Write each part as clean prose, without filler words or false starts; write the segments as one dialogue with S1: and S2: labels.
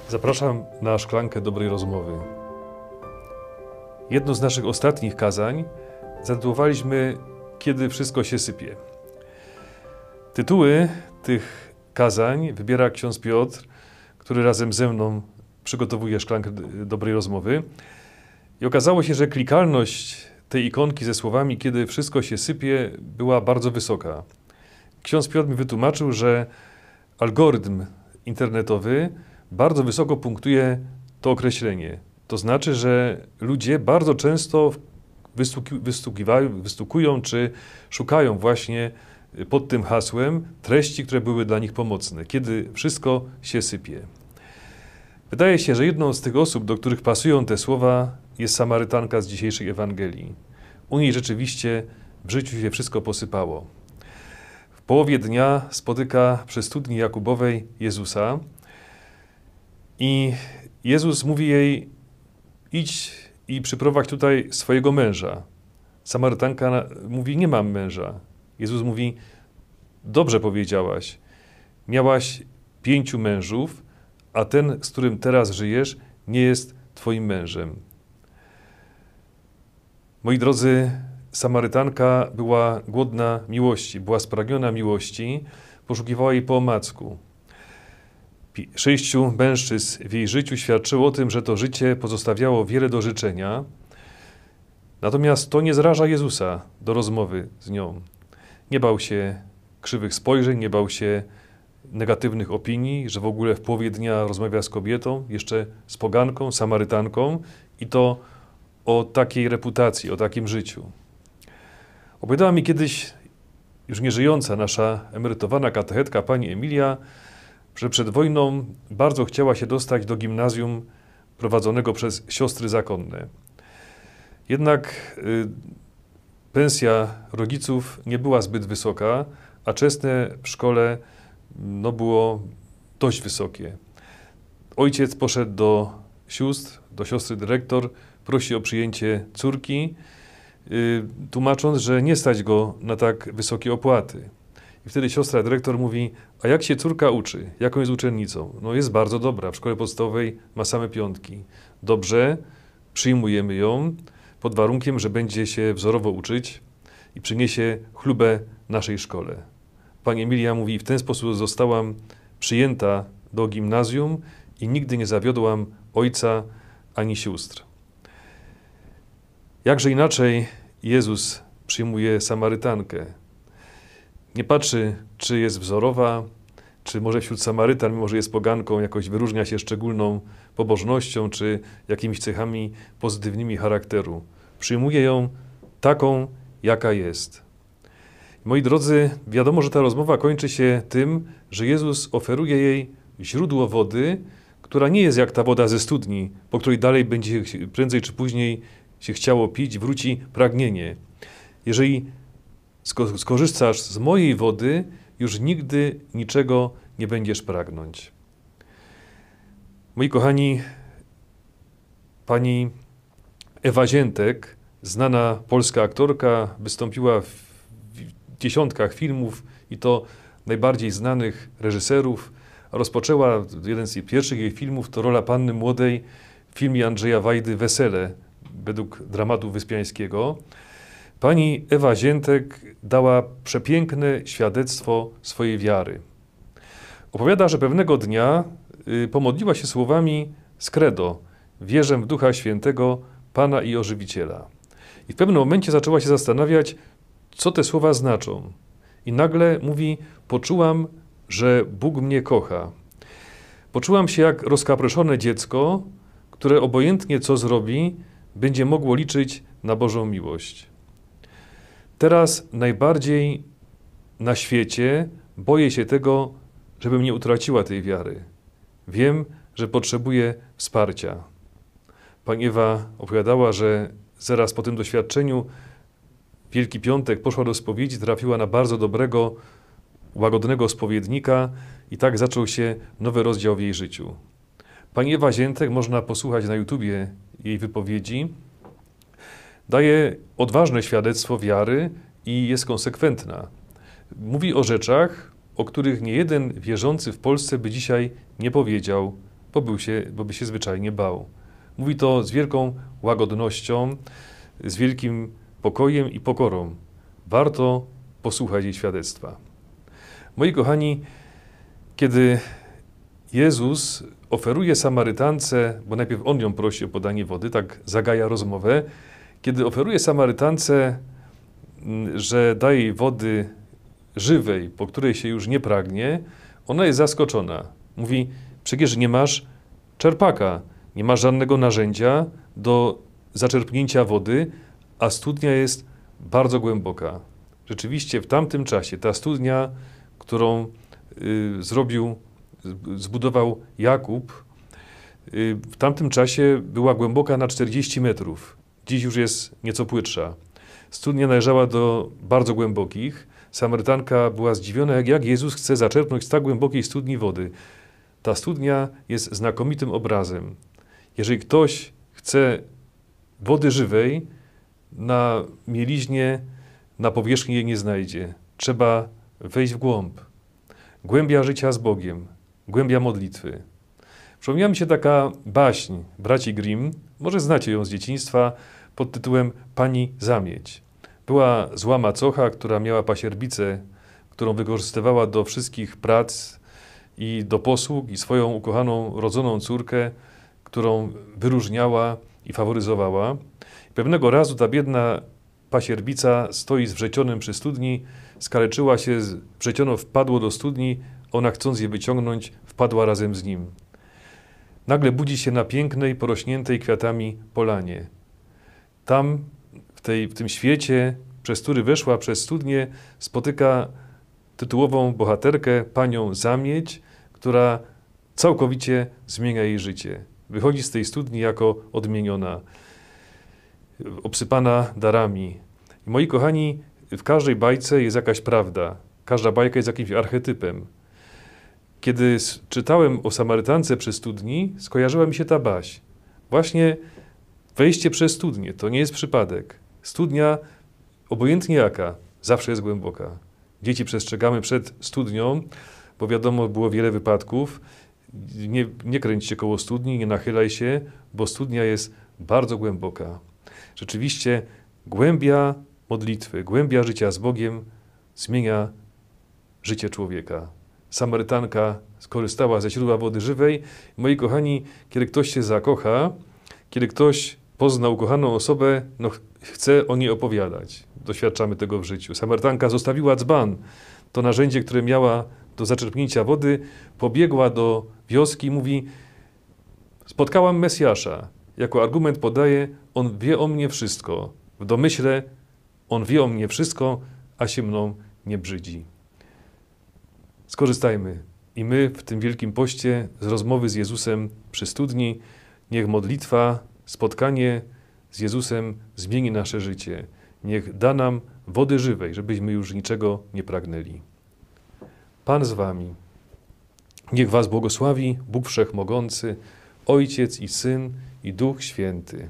S1: Zapraszam na szklankę dobrej rozmowy. Jedno z naszych ostatnich kazań zatytułowaliśmy „Kiedy wszystko się sypie”. Tytuły tych kazań wybiera ksiądz Piotr, który razem ze mną przygotowuje szklankę dobrej rozmowy. I okazało się, że klikalność tej ikonki ze słowami „kiedy wszystko się sypie” była bardzo wysoka. Ksiądz Piotr mi wytłumaczył, że algorytm internetowy bardzo wysoko punktuje to określenie. To znaczy, że ludzie bardzo często wystukują czy szukają właśnie pod tym hasłem treści, które były dla nich pomocne, kiedy wszystko się sypie. Wydaje się, że jedną z tych osób, do których pasują te słowa, jest Samarytanka z dzisiejszej Ewangelii. U niej rzeczywiście w życiu się wszystko posypało. W połowie dnia spotyka przy studni Jakubowej Jezusa i Jezus mówi jej: idź i przyprowadź tutaj swojego męża. Samarytanka mówi: nie mam męża. Jezus mówi: dobrze powiedziałaś, miałaś 5 mężów, a ten, z którym teraz żyjesz, nie jest twoim mężem. Moi drodzy, Samarytanka była głodna miłości, była spragniona miłości, poszukiwała jej po omacku. 6 mężczyzn w jej życiu świadczyło o tym, że to życie pozostawiało wiele do życzenia. Natomiast to nie zraża Jezusa do rozmowy z nią. Nie bał się krzywych spojrzeń, nie bał się negatywnych opinii, że w ogóle w połowie dnia rozmawia z kobietą, jeszcze z poganką, Samarytanką, i to o takiej reputacji, o takim życiu. Opowiadała mi kiedyś już nieżyjąca nasza emerytowana katechetka pani Emilia, że przed wojną bardzo chciała się dostać do gimnazjum prowadzonego przez siostry zakonne. Jednak pensja rodziców nie była zbyt wysoka, a czesne w szkole było dość wysokie. Ojciec poszedł do sióstr, do siostry dyrektor, prosi o przyjęcie córki, tłumacząc, że nie stać go na tak wysokie opłaty. I wtedy siostra dyrektor mówi: a jak się córka uczy? Jaką jest uczennicą? No jest bardzo dobra, w szkole podstawowej ma same 5. Dobrze, przyjmujemy ją pod warunkiem, że będzie się wzorowo uczyć i przyniesie chlubę naszej szkole. Pani Emilia mówi: w ten sposób zostałam przyjęta do gimnazjum i nigdy nie zawiodłam ojca ani sióstr. Jakże inaczej Jezus przyjmuje Samarytankę. Nie patrzy, czy jest wzorowa, czy może wśród Samarytan, mimo że jest poganką, jakoś wyróżnia się szczególną pobożnością, czy jakimiś cechami pozytywnymi charakteru. Przyjmuje ją taką, jaka jest. Moi drodzy, wiadomo, że ta rozmowa kończy się tym, że Jezus oferuje jej źródło wody, która nie jest jak ta woda ze studni, po której dalej będzie prędzej czy później się chciało pić, wróci pragnienie. Jeżeli skorzystasz z mojej wody, już nigdy niczego nie będziesz pragnąć. Moi kochani, pani Ewa Ziętek, znana polska aktorka, wystąpiła w dziesiątkach filmów i to najbardziej znanych reżyserów. Rozpoczęła jeden z pierwszych jej filmów, to rola panny młodej w filmie Andrzeja Wajdy „Wesele” według dramatu Wyspiańskiego. Pani Ewa Ziętek dała przepiękne świadectwo swojej wiary. Opowiada, że pewnego dnia pomodliła się słowami z credo: wierzę w Ducha Świętego, Pana i Ożywiciela. I w pewnym momencie zaczęła się zastanawiać, co te słowa znaczą. I nagle mówi: poczułam, że Bóg mnie kocha. Poczułam się jak rozkapryszone dziecko, które obojętnie co zrobi, będzie mogło liczyć na Bożą miłość. Teraz najbardziej na świecie boję się tego, żebym nie utraciła tej wiary. Wiem, że potrzebuję wsparcia. Pani Ewa opowiadała, że zaraz po tym doświadczeniu Wielki Piątek poszła do spowiedzi, trafiła na bardzo dobrego, łagodnego spowiednika i tak zaczął się nowy rozdział w jej życiu. Pani Ewa Ziętek, można posłuchać na YouTubie jej wypowiedzi, daje odważne świadectwo wiary i jest konsekwentna. Mówi o rzeczach, o których niejeden wierzący w Polsce by dzisiaj nie powiedział, bo by się zwyczajnie bał. Mówi to z wielką łagodnością, z wielkim pokojem i pokorą. Warto posłuchać jej świadectwa. Moi kochani, kiedy Jezus oferuje Samarytance, bo najpierw On ją prosi o podanie wody, tak zagaja rozmowę, kiedy oferuje Samarytance, że daje jej wody żywej, po której się już nie pragnie, ona jest zaskoczona. Mówi, przecież nie masz czerpaka, nie masz żadnego narzędzia do zaczerpnięcia wody, a studnia jest bardzo głęboka. Rzeczywiście w tamtym czasie ta studnia, którą zbudował Jakub, w tamtym czasie była głęboka na 40 metrów. Dziś już jest nieco płytsza. Studnia należała do bardzo głębokich. Samarytanka była zdziwiona, jak Jezus chce zaczerpnąć z tak głębokiej studni wody. Ta studnia jest znakomitym obrazem. Jeżeli ktoś chce wody żywej, na mieliźnie, na powierzchni jej nie znajdzie. Trzeba wejść w głąb. Głębia życia z Bogiem, głębia modlitwy. Przypomniała mi się taka baśń braci Grimm, może znacie ją z dzieciństwa, pod tytułem Pani Zamieć. Była zła macocha, która miała pasierbicę, którą wykorzystywała do wszystkich prac i do posług i swoją ukochaną, rodzoną córkę, którą wyróżniała i faworyzowała. Pewnego razu ta biedna pasierbica stoi z wrzecionem przy studni, skaleczyła się, wrzeciono wpadło do studni, ona chcąc je wyciągnąć, wpadła razem z nim. Nagle budzi się na pięknej, porośniętej kwiatami polanie. Tam, w tym świecie, przez który weszła przez studnię, spotyka tytułową bohaterkę, panią Zamieć, która całkowicie zmienia jej życie. Wychodzi z tej studni jako odmieniona, obsypana darami. I moi kochani, w każdej bajce jest jakaś prawda. Każda bajka jest jakimś archetypem. Kiedy czytałem o Samarytance przy studni, skojarzyła mi się ta baśń. Właśnie wejście przez studnię to nie jest przypadek. Studnia, obojętnie jaka, zawsze jest głęboka. Dzieci przestrzegamy przed studnią, bo wiadomo, było wiele wypadków. Nie kręć się koło studni, nie nachylaj się, bo studnia jest bardzo głęboka. Rzeczywiście głębia modlitwy, głębia życia z Bogiem zmienia życie człowieka. Samarytanka skorzystała ze źródła wody żywej. Moi kochani, kiedy ktoś się zakocha, kiedy ktoś pozna ukochaną osobę, chce o niej opowiadać. Doświadczamy tego w życiu. Samarytanka zostawiła dzban, to narzędzie, które miała do zaczerpnięcia wody, pobiegła do wioski i mówi, spotkałam Mesjasza. Jako argument podaje, on wie o mnie wszystko. W domyśle, on wie o mnie wszystko, a się mną nie brzydzi. Skorzystajmy i my w tym Wielkim Poście z rozmowy z Jezusem przy studni, niech modlitwa, spotkanie z Jezusem zmieni nasze życie. Niech da nam wody żywej, żebyśmy już niczego nie pragnęli. Pan z wami. Niech was błogosławi Bóg Wszechmogący, Ojciec i Syn i Duch Święty.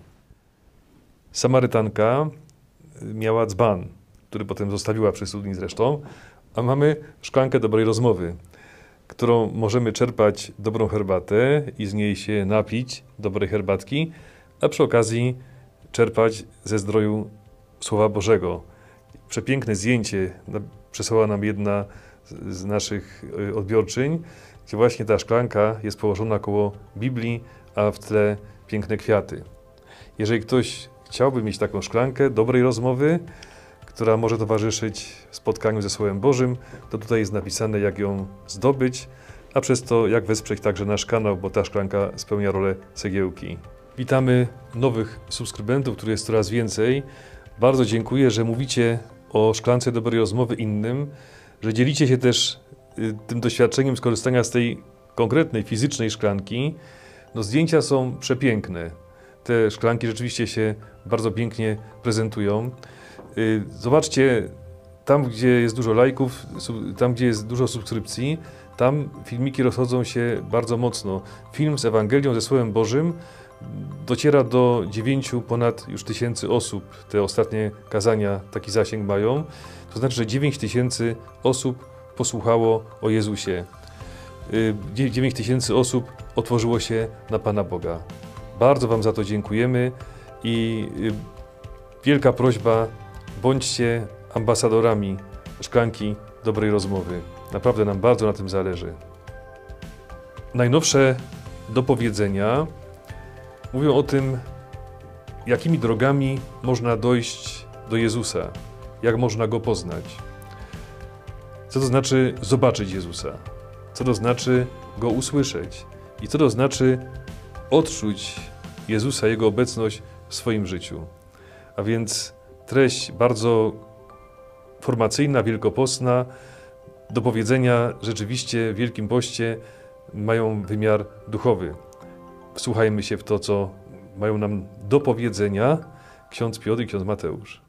S1: Samarytanka miała dzban, który potem zostawiła przy studni zresztą, a mamy szklankę dobrej rozmowy, którą możemy czerpać dobrą herbatę i z niej się napić, dobrej herbatki, a przy okazji czerpać ze zdroju Słowa Bożego. Przepiękne zdjęcie przesłała nam jedna z naszych odbiorczyń, gdzie właśnie ta szklanka jest położona koło Biblii, a w tle piękne kwiaty. Jeżeli ktoś chciałby mieć taką szklankę dobrej rozmowy, która może towarzyszyć spotkaniu ze Słowem Bożym, to tutaj jest napisane, jak ją zdobyć, a przez to jak wesprzeć także nasz kanał, bo ta szklanka spełnia rolę cegiełki. Witamy nowych subskrybentów, których jest coraz więcej. Bardzo dziękuję, że mówicie o szklance dobrej rozmowy innym, że dzielicie się też tym doświadczeniem skorzystania z tej konkretnej, fizycznej szklanki. No, zdjęcia są przepiękne. Te szklanki rzeczywiście się bardzo pięknie prezentują. Zobaczcie, tam gdzie jest dużo lajków, tam gdzie jest dużo subskrypcji, tam filmiki rozchodzą się bardzo mocno. Film z Ewangelią, ze Słowem Bożym dociera do 9 ponad już tysięcy osób. Te ostatnie kazania taki zasięg mają. To znaczy, że 9 000 osób posłuchało o Jezusie. 9000 osób otworzyło się na Pana Boga. Bardzo Wam za to dziękujemy i wielka prośba, bądźcie ambasadorami Szklanki Dobrej Rozmowy. Naprawdę nam bardzo na tym zależy. Najnowsze dopowiedzenia mówią o tym, jakimi drogami można dojść do Jezusa, jak można Go poznać. Co to znaczy zobaczyć Jezusa? Co to znaczy Go usłyszeć? I co to znaczy odczuć Jezusa, Jego obecność w swoim życiu? A więc treść bardzo formacyjna, wielkopostna, dopowiedzenia rzeczywiście w Wielkim Poście mają wymiar duchowy. Wsłuchajmy się w to, co mają nam do powiedzenia ksiądz Piotr i ksiądz Mateusz.